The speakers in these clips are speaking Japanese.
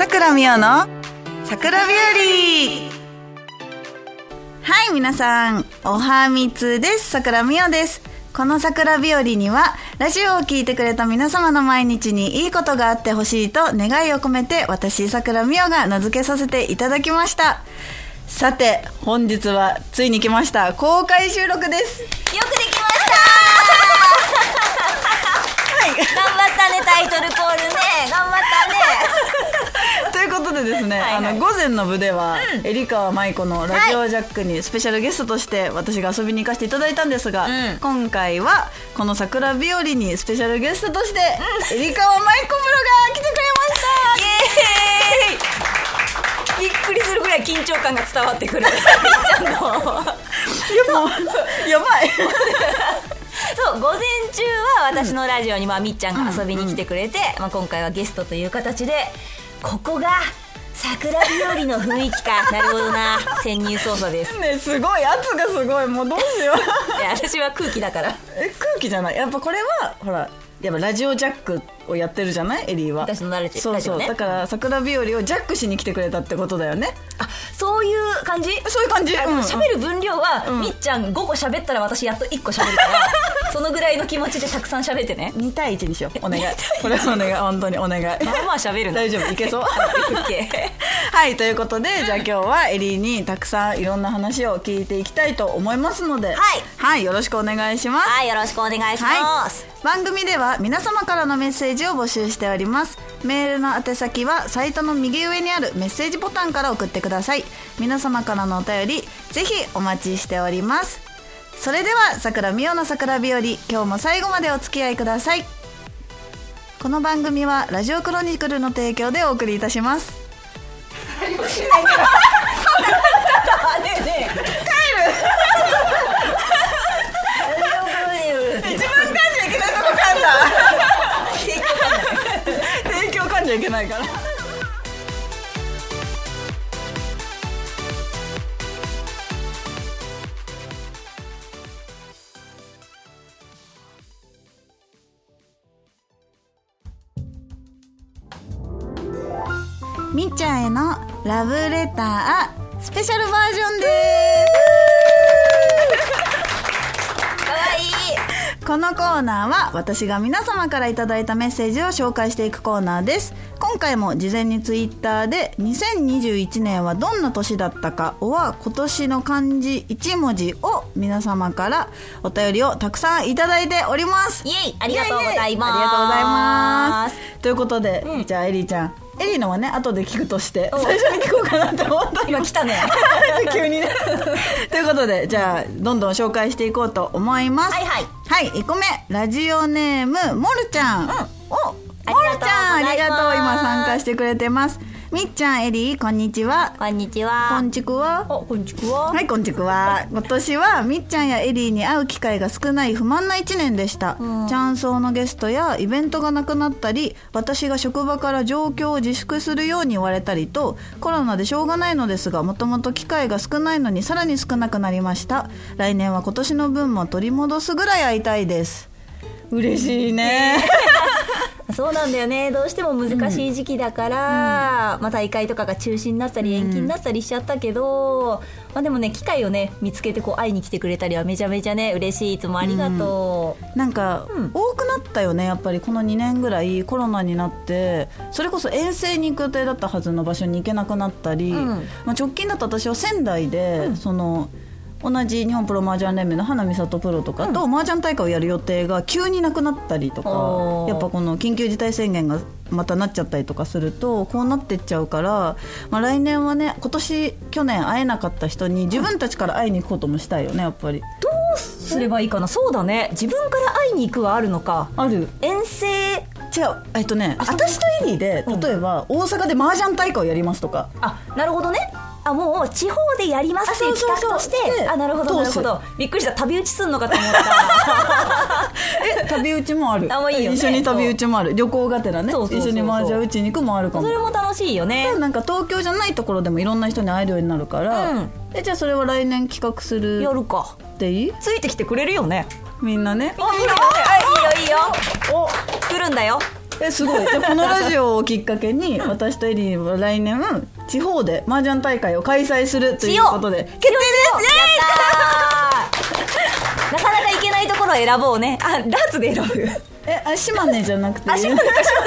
倉美代の桜日和。はい、皆さんおはみつです。桜美代です。この桜日和にはラジオを聞いてくれた皆様の毎日にいいことがあってほしいと願いを込めて、私桜美代が名付けさせていただきました。さて本日はついに来ました、公開収録です。 よくできましたはい、頑張ったね、タイトルコールね、頑張ったねということでですね、はいはい、午前の部では、エ川舞子のラジオジャックにスペシャルゲストとして私が遊びに行かせていただいたんですが、今回はこの桜日和にスペシャルゲストとして、川舞子プロが来てくれました。 イエーイびっくりするぐらい緊張感が伝わってくるやばいそう午前中は私のラジオにみっちゃんが遊びに来てくれて、今回はゲストという形で、ここが桜日和の雰囲気かなるほどな、潜入捜査ですね。すごい圧がすごい、もうどうしよういや私は空気だから。 空気じゃない、やっぱこれはほらやっぱラジオジャックをやってるじゃない、エリーは。 私のラジオ、 そうそう、ね、だから桜日和をジャックしに来てくれたってことだよね。 あ、そういう感じ。 そういう感じ。 喋る分量は、みっちゃん5個喋ったら私やっと1個喋るからそのぐらいの気持ちでたくさん喋ってね。 2対1にしよう、お願いこれお願い、本当にお願い。まあ喋るの大丈夫、いけそうはい、ということで、じゃあ今日はエリーにたくさんいろんな話を聞いていきたいと思いますので、はい、よろしくお願いします。 はい、よろしくお願いします、 番組では皆様からのメッセージを募集しております。メールの宛先はサイトの右上にあるメッセージボタンから送ってください。皆様からのお便りぜひお待ちしております。それでは桜美代の桜日和、今日も最後までお付き合いください。この番組はラジオクロニクルの提供でお送りいたします。帰る一番噛んじゃいけないとこ噛んだ提供噛んじゃいけないからみっちゃんへのラブレタースペシャルバージョンですかわいい。 このコーナーは私が皆様からいただいたメッセージを紹介していくコーナーです。今回も事前にツイッターで2021年はどんな年だったかは今年の漢字1文字を皆様からお便りをたくさんいただいております。 イエイ、ありがとうございます。 ありがとうございます。ということで、じゃあエリーちゃん、エリーのはね後で聞くとして最初に聞こうかなって思った今来たね急にねということで、じゃあどんどん紹介していこうと思います。はい1個目、ラジオネームモルちゃん、モルちゃんありがとう、今参加してくれてます。みっちゃん、エリー、こんにちは。 こんにちは。 こんちくわ。 こんちくわ。 はい、こんちくわ。今年はみっちゃんやエリーに会う機会が少ない不満な1年でした。チャンソーのゲストやイベントがなくなったり、私が職場から状況を自粛するように言われたりと、コロナでしょうがないのですが、もともと機会が少ないのにさらに少なくなりました。来年は今年の分も取り戻すぐらい会いたいです。嬉しいねそうなんだよね、どうしても難しい時期だから、大会とかが中止になったり延期になったりしちゃったけど、でもね、機会をね見つけて会いに来てくれたりはめちゃめちゃね嬉しい。いつもありがとう。 なんか、多くなったよね、やっぱりこの2年ぐらいコロナになって、それこそ遠征に行く予定だったはずの場所に行けなくなったり、直近だと私は仙台で、同じ日本プロ麻雀連盟の花美里プロとかと麻雀大会をやる予定が急になくなったりとか、やっぱこの緊急事態宣言がまたなっちゃったりとかするとこうなってっちゃうから、来年はね、去年会えなかった人に自分たちから会いに行くこともしたいよね、やっぱり。 どうすればいいかな。そうだね、自分から会いに行くはあるのか。 ある。 遠征違う、私とエリーで例えば大阪で麻雀大会をやりますとか、 なるほどね。もう地方でやりますっていう企画として、なるほどなるほど。びっくりした、旅打ちすんのかと思った旅打ちもある。 いいよね、 一緒に旅打ちもある。旅行がてらね、一緒に麻雀打ちに行くもあるかも。 それも楽しいよね。 なんか東京じゃないところでもいろんな人に会えるようになるから、じゃあそれは来年企画する。 やるか。 でいい？ ついてきてくれるよね、 みんなね。 いいよいいよ。来るんだよ。 すごい。じゃあこのラジオをきっかけに私とエリーは来年地方で麻雀大会を開催するということで決定です。 なかなか行けないところを選ぼうね。ダーツで選ぶ。 島根じゃなくて島根か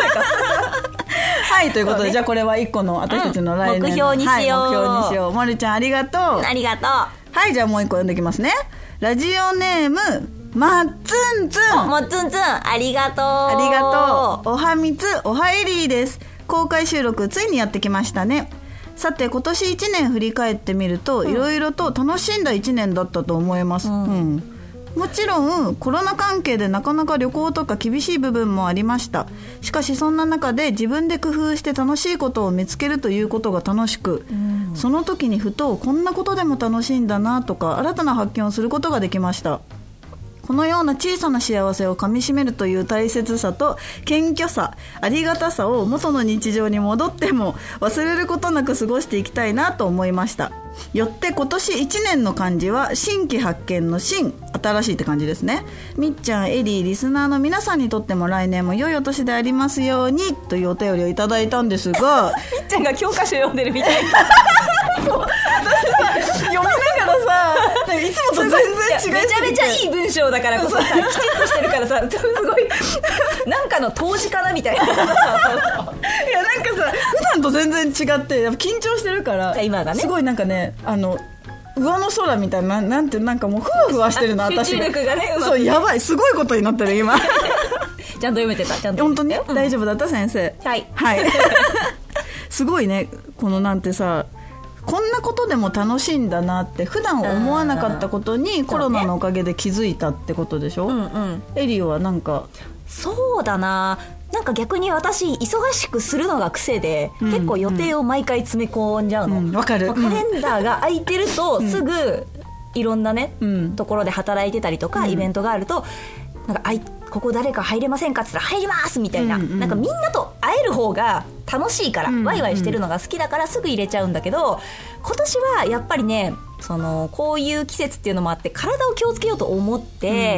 はい、ということで、ね、じゃあこれは一個の私たちの来年の、 目標にしよう、 はい、目標にしよう。まるちゃんありがとう。 ありがとう。 はい、じゃあもう一個読んできますね。ラジオネームまっつんつん。 まっつんつん、ありがとう。 ありがとう。おはみつおはエリーです。公開収録ついにやってきましたね。さて今年1年振り返ってみると、いろいろと楽しんだ1年だったと思います、もちろんコロナ関係でなかなか旅行とか厳しい部分もありました。しかしそんな中で自分で工夫して楽しいことを見つけるということが楽しく、その時にふとこんなことでも楽しいんだなとか新たな発見をすることができました。このような小さな幸せをかみしめるという大切さと謙虚さ、ありがたさを元の日常に戻っても忘れることなく過ごしていきたいなと思いました。よって今年1年の漢字は新規発見の新、新しいって感じですね。みっちゃん、エリー、リスナーの皆さんにとっても来年も良いお年でありますようにというお便りをいただいたんですがみっちゃんが教科書読んでるみたいなそう、私さ読みながらさ、いつもと全然違う、 めちゃめちゃいい文章だからこそさ、きちっとしてるからさ、すごいなんかの投資かなみたいな。いやなんかさ、普段と全然違ってやっぱ緊張してるから今がね、 すごいなんかね、上の空みたいな、なんて、なんかもうふわふわしてるの私集中力がね、 そう、やばい、すごいことになってる今ちゃんと読めてた、ちゃんと本当に、大丈夫だった先生。 はいすごいね、このなんてさ、こんなことでも楽しいんだなって普段思わなかったことにコロナのおかげで気づいたってことでしょ、エリオはなんか。 そうだな、なんか逆に私忙しくするのが癖で、結構予定を毎回詰め込んじゃうの。 わかる。 カレンダーが空いてるとすぐいろんなね、ところで働いてたりとか、イベントがあるとなんかここ誰か入れませんかって言ったら入りますみたいな、なんかみんなと会える方が楽しいから、ワイワイしてるのが好きだからすぐ入れちゃうんだけど、今年はやっぱりね、こういう季節っていうのもあって体を気をつけようと思って、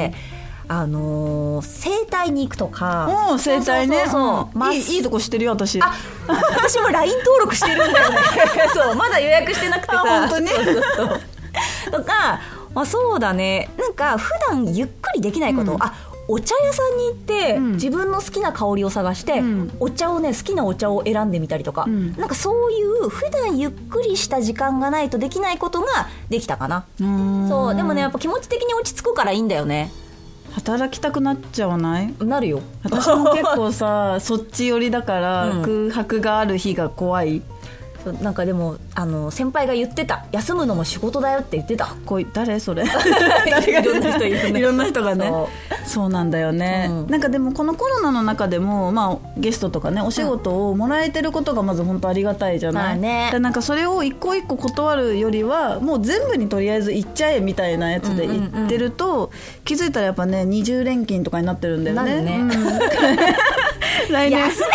整体に行くとか。 整体ね、 いいとこしてるよ私。 私も LINE 登録してるんだよねそうまだ予約してなくてさ。 本当にとか、そうだね、なんか普段ゆっくりできないこと、お茶屋さんに行って、自分の好きな香りを探して、お茶をね、好きなお茶を選んでみたりとか、なんかそういう普段ゆっくりした時間がないとできないことができたかな。そうでもね、やっぱ気持ち的に落ち着くからいいんだよね。 働きたくなっちゃわない？ なるよ。 私も結構さそっち寄りだから、空白がある日が怖い。 なんかでも先輩が言ってた、休むのも仕事だよって言ってた。 誰それ誰がいろんな人いるね。 いろんな人がね。そうなんだよね、なんかでもこのコロナの中でも、ゲストとかねお仕事をもらえてることがまず本当ありがたいじゃない、でなんかそれを一個一個断るよりはもう全部にとりあえず行っちゃえみたいなやつで行ってると、気づいたらやっぱね20連勤とかになってるんだよね。来年休め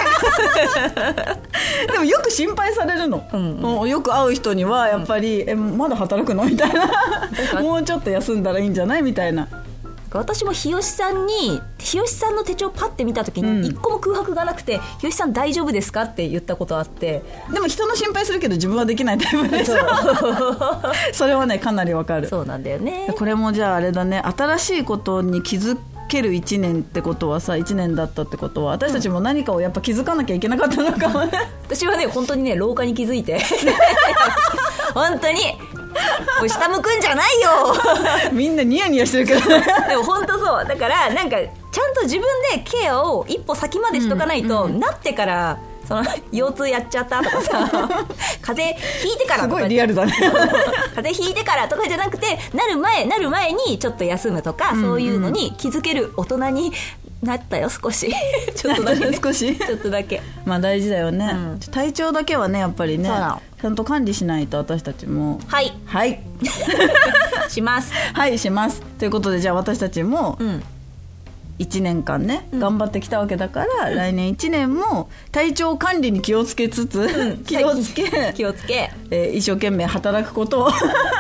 でもよく心配されるの、よく会う人にはやっぱり、まだ働くのみたいなもうちょっと休んだらいいんじゃないみたいな。 私も日吉さんの手帳パッて見た時に一個も空白がなくて、日吉さん大丈夫ですかって言ったことあって。でも人の心配するけど自分はできないタイプでしょそれはねかなりわかる。 そうなんだよね。 これもじゃああれだね、新しいことに気づける1年ってことはさ、1年だったってことは私たちも何かをやっぱ気づかなきゃいけなかったのかもね私はね本当にね廊下に気づいて本当におい下向くんじゃないよみんなニヤニヤしてるけどねでも本当そうだから、なんかちゃんと自分でケアを一歩先までしとかないと、なってから腰痛やっちゃったとかさ風邪ひいてからとか、 すごいリアルだね風邪ひいてからとかじゃなくて、なる前にちょっと休むとか、そういうのに気づける大人になったよ少しちょっとだけ、ね、 少しちょっとだけ大事だよね、体調だけはねやっぱりねちゃんと管理しないと私たちも。 はいしますはいしますということで、じゃあ私たちも、1年間ね頑張ってきたわけだから、来年1年も体調管理に気をつけつつ、気をつけ、 一生懸命働くことを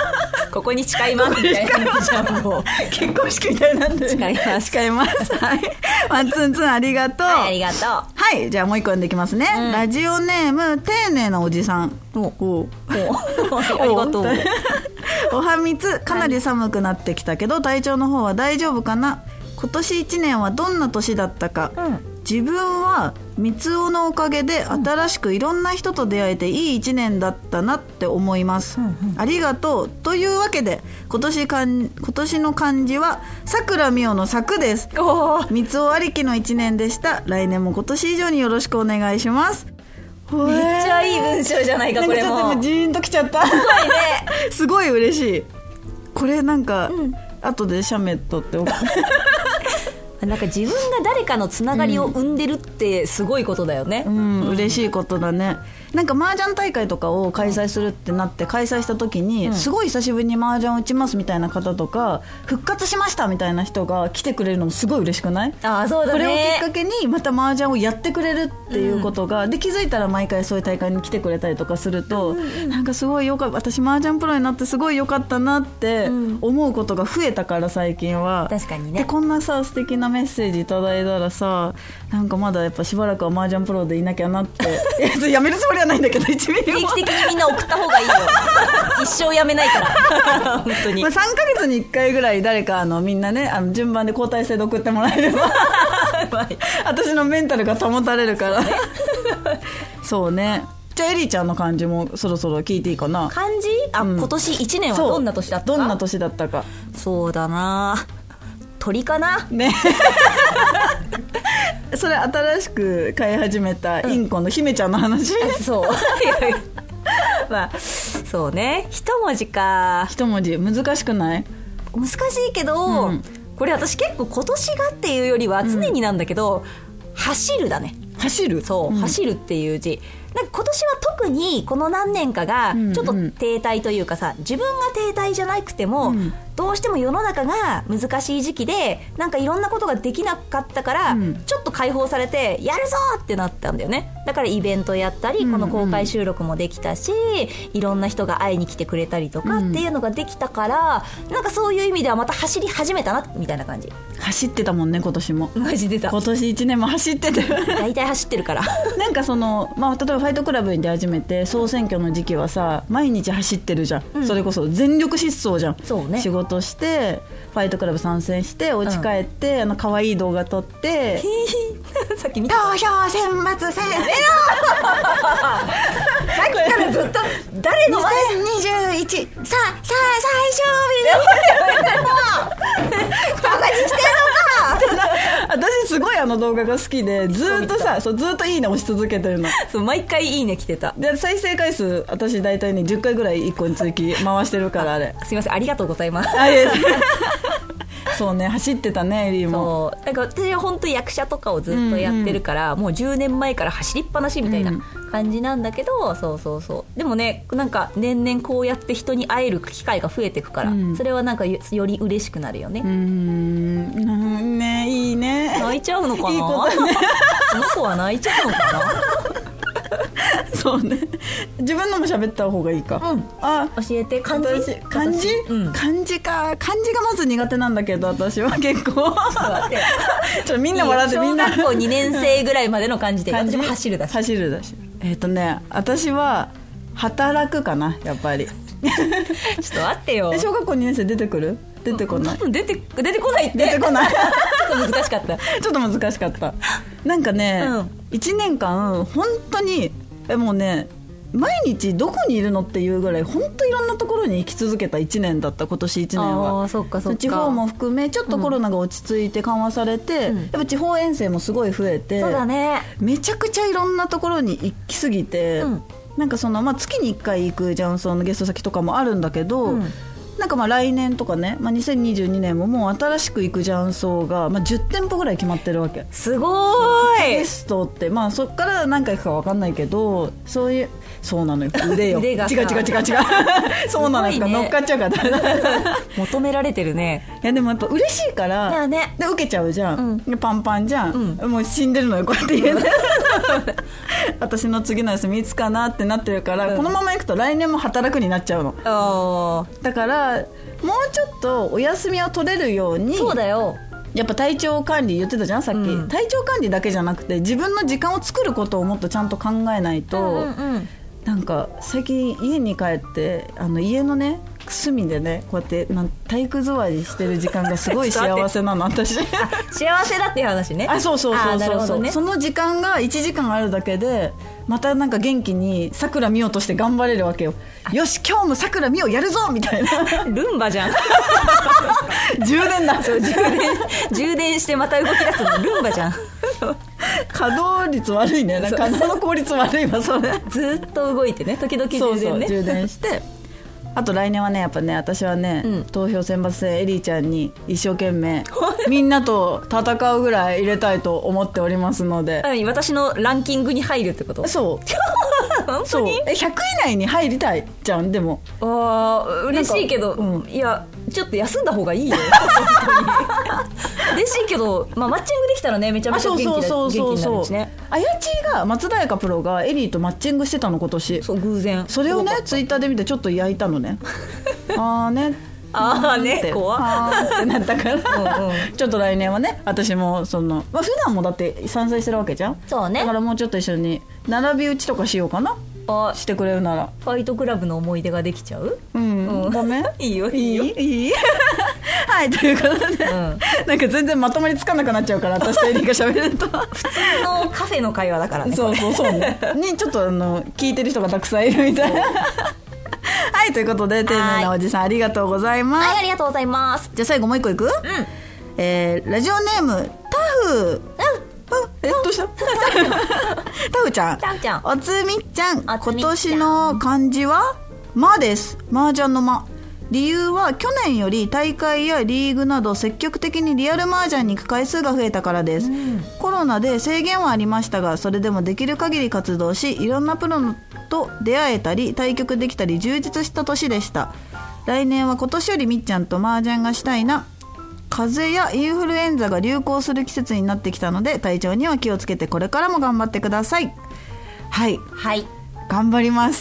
ここに誓いますみたいなじゃんもう結婚式みたいなんで誓います誓いますはいまあツンツンありがとうはいありがとうはいじゃあもう一個読んでいきますね、ラジオネーム丁寧なおじさんおありがとうおはみつかなり寒くなってきたけど体調の方は大丈夫かな。今年1年はどんな年だったか、自分はみつおのおかげで新しくいろんな人と出会えていい1年だったなって思います、ありがとうというわけで今年の漢字はさくらみおの作です。みつおありきの1年でした。来年も今年以上によろしくお願いします。 めっちゃいい文章じゃないかこれも。 なんかちょっとジーンときちゃったすごい嬉しい。これなんか、後で写メ撮っておくなんか自分が誰かのつながりを生んでるってすごいことだよね、 嬉しいことだね。なんか麻雀大会とかを開催するってなって開催した時に、すごい久しぶりに麻雀を打ちますみたいな方とか復活しましたみたいな人が来てくれるのもすごい嬉しくない？ あ、そうだね。 これをきっかけにまた麻雀をやってくれるっていうことが、で気づいたら毎回そういう大会に来てくれたりとかすると、なんかすごいよかった、私麻雀プロになってすごいよかったなって思うことが増えたから最近は。 確かにね。 でこんなさ素敵なメッセージいただいたらさ、なんかまだやっぱしばらくは麻雀プロでいなきゃなってやめるつもりはないんだけど1ミリも定期的にみんな送った方がいいよ一生やめないから本当に、 3ヶ月に1回ぐらい誰かみんなね順番で交代制で送ってもらえれば私のメンタルが保たれるからそうね。じゃあエリちゃんの漢字もそろそろ聞いていいかな。 漢字、今年1年はどんな年だったか。 どんな年だったか。そうだな、鳥かなねそれ新しく飼い始めたインコの姫ちゃんの話、 そうまあそうね、一文字か。 一文字難しくない？ 難しいけど、これ私結構今年がっていうよりは常になんだけど、走るだね。 走る、 そう、走るっていう字。なんか今年は特にこの何年かがちょっと停滞というかさ、自分が停滞じゃなくても、どうしても世の中が難しい時期でなんかいろんなことができなかったから、ちょっと解放されてやるぞってなったんだよね。だからイベントやったり、この公開収録もできたし、いろんな人が会いに来てくれたりとかっていうのができたから、なんかそういう意味ではまた走り始めたなみたいな感じ。 走ってたもんね今年も。 マジでた。 今年1年も走ってて大体走ってるからなんかその、例えばファイトクラブに出始めて総選挙の時期はさ毎日走ってるじゃん、それこそ全力疾走じゃん。 そうね。 仕事してファイトクラブ参戦してお家帰って、可愛い動画撮ってさっき見た投票選抜戦さっきからずっと誰の 2021さあ最終日バカにしてんのか私すごい動画が好きでずっとさずっといいね押し続けてるの。 そう毎回いいね来てた。 で再生回数私大体ね10回ぐらい1個につき回してるからあれすいませんありがとうございますそうね走ってたねエリーも。 そうなんか私は本当役者とかをずっとやってるから、もう10年前から走りっぱなしみたいな感じなんだけど、そうでもねなんか年々こうやって人に会える機会が増えていくから、それはなんかより嬉しくなるよね。 ねいいね。 泣いちゃうのかな。 いいことねこの子は泣いちゃうのかなそうね自分のも喋った方がいいか、 教えて。漢字、 漢字か。漢字がまず苦手なんだけど私は結構ちょっとみんな笑ってみんな小学校2年生ぐらいまでの漢字で私も走るだし私は働くかなやっぱりちょっと待ってよ。 小学校2年生出てくる？出てこない。 出てこないって。 出てこないちょっと難しかったちょっと難しかったなんかね、1年間本当にもうね毎日どこにいるのっていうぐらい本当いろんなところに行き続けた1年だった今年1年は。 そっかそっか。 地方も含めちょっとコロナが落ち着いて緩和されて、やっぱ地方遠征もすごい増えて、 そうだね、 めちゃくちゃいろんなところに行きすぎて、なんかその、月に1回行くジャンソンのゲスト先とかもあるんだけど、なんか来年とかね、2022年ももう新しく行く雀荘が、10店舗ぐらい決まってるわけ。 すごーい。 ゲストってそっから何回行くか分かんないけど、そうなのよ腕よ腕が違うそうなのよ、乗っかっちゃうから求められてるね。 いやでもやっぱ嬉しいから、で受けちゃうじゃん、パンパンじゃん、もう死んでるのよこうやって言えない私の次の休みいつかなってなってるから、このまま行くと来年も働くになっちゃうの。だからもうちょっとお休みを取れるように。 そうだよ。 やっぱ体調管理言ってたじゃんさっき、体調管理だけじゃなくて自分の時間を作ることをもっとちゃんと考えないと、なんか最近家に帰って家のね隅でねこうやって体育座りしてる時間がすごい幸せなの私。 幸せだっていう話ね。 そう、その時間が1時間あるだけでまたなんか元気にさくらみおとして頑張れるわけよ。よし今日もさくらみおやるぞみたいな。 ルンバじゃん。 充電だ。 充電してまた動き出すのルンバじゃん。 稼働率悪いね。稼働の効率悪いわそれ。 ずっと動いてね時々充電ね。 そう充電してあと来年はねやっぱね私はね、投票選抜戦エリーちゃんに一生懸命みんなと戦うぐらい入れたいと思っておりますので。 私のランキングに入るってこと？ そう本当に 100以内に入りたいじゃん。でも嬉しいけど、いやちょっと休んだ方がいいよ。嬉しいけど、マッチングできたらねめちゃめちゃ元気になるしね。 あやちが松田彩香プロがエリーとマッチングしてたの今年。 そう偶然それをねツイッターで見てちょっと焼いたのね。 怖ってなったからちょっと来年はね私も普段もだって参戦してるわけじゃん。 そうね。 だからもうちょっと一緒に並び打ちとかしようかな。してくれるならファイトクラブの思い出ができちゃう。 ダメ？ いいよはいということで、なんか全然まとまりつかなくなっちゃうから私とエリが喋ると普通のカフェの会話だからね。 そうねにちょっと聞いてる人がたくさんいるみたいな。はいということで丁寧なおじさんありがとうございます。 はいありがとうございます。 じゃあ最後もう一個いく？ラジオネームタフ。どうした？タフちゃん。おつみちゃん。今年の漢字はまです。麻雀のま。理由は去年より大会やリーグなど積極的にリアル麻雀に行く回数が増えたからです。コロナで制限はありましたがそれでもできる限り活動しいろんなプロと出会えたり対局できたり充実した年でした。来年は今年よりみっちゃんと麻雀がしたいな。風邪やインフルエンザが流行する季節になってきたので体調には気をつけてこれからも頑張ってください。はい頑張ります。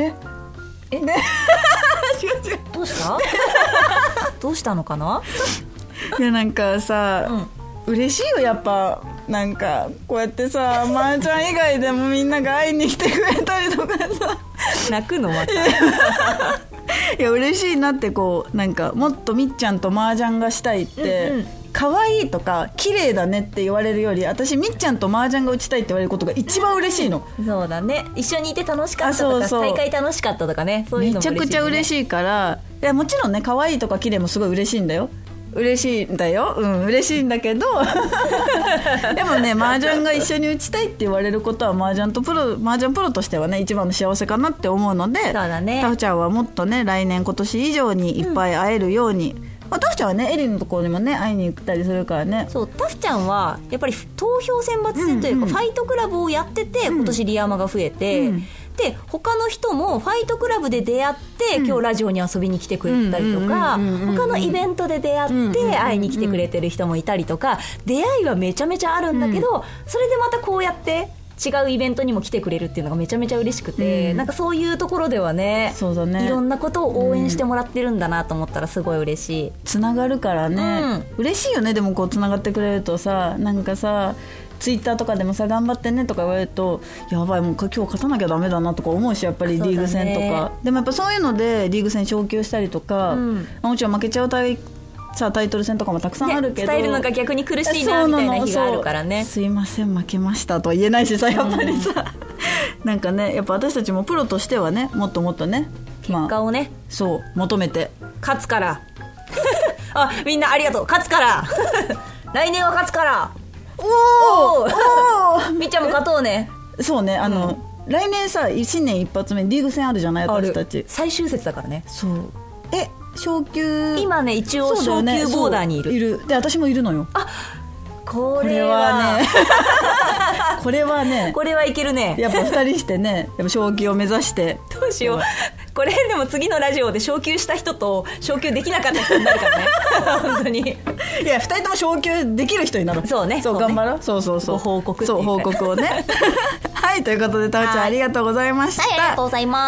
どうしたどうしたのかな。 いやなんかさ、嬉しいよやっぱ。なんかこうやってさ麻雀以外でもみんなが会いに来てくれたりとかさ泣くのまた。 いや嬉しいなって。なんかもっとみっちゃんと麻雀がしたいって、可愛いとか綺麗だねって言われるより私みっちゃんと麻雀が打ちたいって言われることが一番嬉しいの。 そうだね。一緒にいて楽しかったとか大会楽しかったとかね。そういうのも嬉しいね。 めちゃくちゃ嬉しいから。いやもちろんね可愛いとか綺麗もすごい嬉しいんだよ。嬉しいんだけどでもね麻雀が一緒に打ちたいって言われることは麻雀プロとしてはね一番の幸せかなって思うので。 そうだね。 タフちゃんはもっとね来年今年以上にいっぱい会えるように、タフちゃんはねエリのところにもね会いに行ったりするからね。 そうタフちゃんはやっぱり投票選抜戦というか、ファイトクラブをやってて今年リアマが増えて、で他の人もファイトクラブで出会って、今日ラジオに遊びに来てくれたりとか、他のイベントで出会って会いに来てくれてる人もいたりとか、出会いはめちゃめちゃあるんだけど、それでまたこうやって違うイベントにも来てくれるっていうのがめちゃめちゃ嬉しくて、なんかそういうところではね、 そうだね、 いろんなことを応援してもらってるんだなと思ったらすごい嬉しい。 つながるからね、嬉しいよね。でもこうつながってくれるとさ、なんかさツイッターとかでもさ頑張ってねとか言われるとやばいもう今日勝たなきゃダメだなとか思うし、やっぱりリーグ戦とか、でもやっぱそういうのでリーグ戦昇級したりとか、もちろん負けちゃうタイトル戦とかもたくさんあるけど、 伝えるのが逆に苦しいなみたいな日があるからね。 すいません負けましたとは言えないしさ、やっぱりさ、なんかねやっぱ私たちもプロとしてはねもっともっとね結果をね、 そう求めて勝つからあ、みんなありがとう、勝つから来年は勝つから、おおみっちゃんも勝とうね。 そうね、来年さ新年一発目リーグ戦あるじゃない、私たち最終節だからね。 そう、昇級今ね一応昇級ボーダーにいる。 で私もいるのよ。 あ、これはねこれはねこれはいけるね。 やっぱ2人してねやっぱ昇級を目指してどうしようこれでも次のラジオで昇級した人と昇級できなかった人になるからね本当にいや2人とも昇級できる人になる。 そうね、 そう頑張ろう。そうご報告っていうか、そう報告をねはい、ということでタオちゃん、ありがとうございました。 はい、ありがとうございます。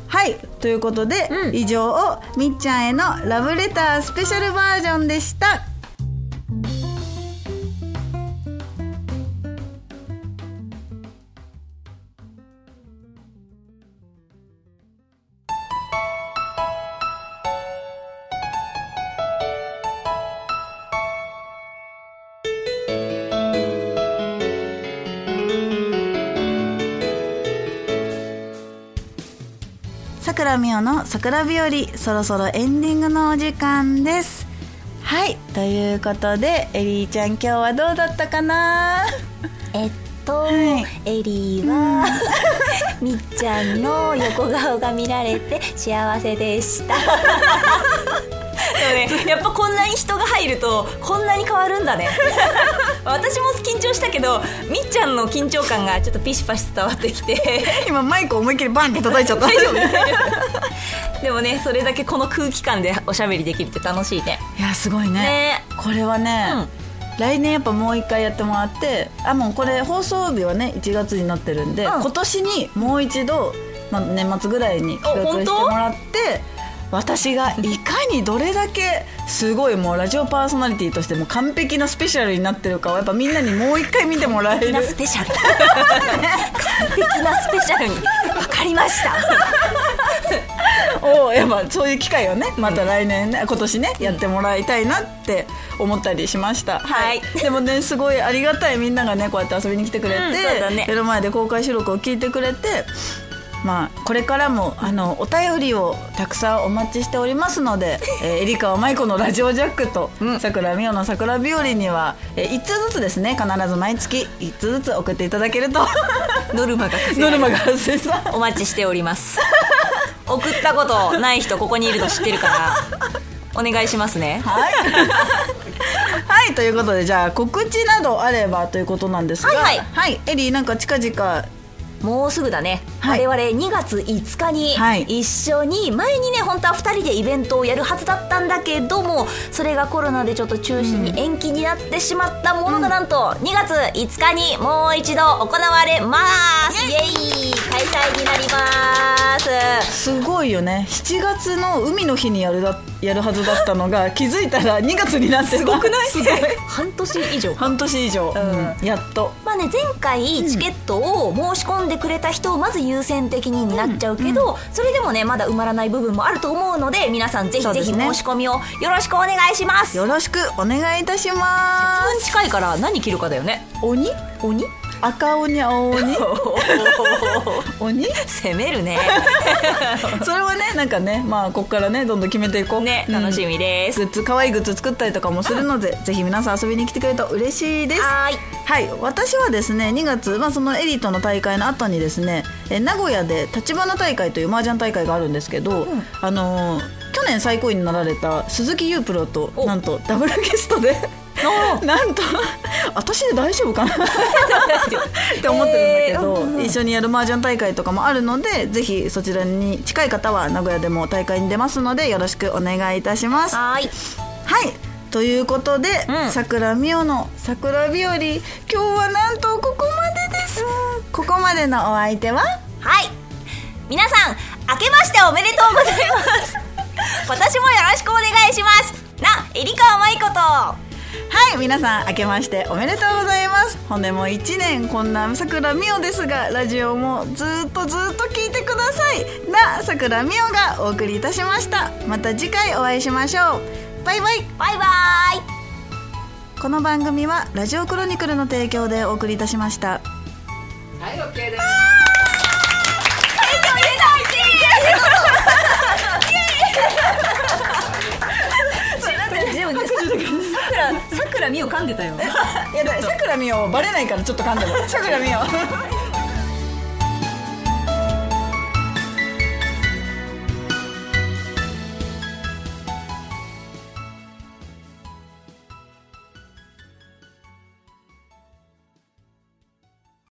はい、ということで、以上みっちゃんへのラブレタースペシャルバージョンでした。さくらみおの桜日和、そろそろエンディングのお時間です。はい、ということでエリーちゃん今日はどうだったかな。 はい、エリーは、みっちゃんの横顔が見られて幸せでしたでもね、やっぱこんなに人が入るとこんなに変わるんだね私も緊張したけどみっちゃんの緊張感がちょっとピシパシ伝わってきて今マイク思いっきりバンって叩いちゃった。大丈夫でもね、それだけこの空気感でおしゃべりできるって楽しいね。 いやすごい ねこれはね、来年やっぱもう一回やってもらって、もうこれ放送日はね1月になってるんで、今年にもう一度、年末ぐらいに企画してもらって、私がいかにどれだけすごいもうラジオパーソナリティとしても完璧なスペシャルになってるかをやっぱみんなにもう一回見てもらえる。 スペシャル完璧なスペシャルに分かりましたやっぱそういう機会をねまた来年ね、今年ねやってもらいたいなって思ったりしました。はい、でもねすごいありがたい、みんながねこうやって遊びに来てくれて、目の前で公開収録を聞いてくれて、これからもお便りをたくさんお待ちしておりますので、えりかわまいこのラジオジャックとさくらみおの桜日和には1通ずつですね、必ず毎月1通ずつ送っていただけるとノルマが発生したお待ちしております送ったことない人ここにいるの知ってるからお願いしますね。はいはい、ということでじゃあ告知などあればということなんですが、はいエリーなんか近々 もうすぐだね、我々2月5日に一緒に、前にね本当は2人でイベントをやるはずだったんだけども、それがコロナでちょっと中止に延期になってしまったものが、なんと2月5日にもう一度行われます。イエイ、開催になります。 すごいよね、7月の海の日にやるはずだったのが気づいたら2月になってた。 すごくない？ すごい半年以上、 やっと前回チケットを申し込んでくれた人をまず優先的になっちゃうけど、それでもねまだ埋まらない部分もあると思うので、皆さんぜひぜひ申し込みをよろしくお願いします。 よろしくお願いいたします。 節分近いから何着るかだよね。 鬼赤鬼青鬼鬼攻めるねそれはねなんかねこっからねどんどん決めていこうね、楽しみです。 グッズ、可愛いグッズ作ったりとかもするので、ぜひ皆さん遊びに来てくれると嬉しいです。はい、私はですね2月、そのエリートの大会の後にですね、名古屋で立花大会という麻雀大会があるんですけど、去年最高位になられた鈴木優プロとなんとダブルゲストでなんと私で大丈夫かなって思ってるんだけど、一緒にやる麻雀大会とかもあるので、ぜひそちらに近い方は名古屋でも大会に出ますのでよろしくお願いいたします。はい、ということで、さくらみおの桜日和、今日はなんとここまでです。ここまでのお相手は皆さん明けましておめでとうございます私もよろしくお願いしますえりかわまいこと皆さん明けましておめでとうございます。骨も1年こんなさくらみおですが、ラジオもずっと聞いてくださいさくらみおがお送りいたしました。また次回お会いしましょう。バイバイ。この番組はラジオクロニクルの提供でお送りいたしました。 OK です。 さくらみお噛んでたよ。 さくらみおバレないからちょっと噛んでる。さくらみお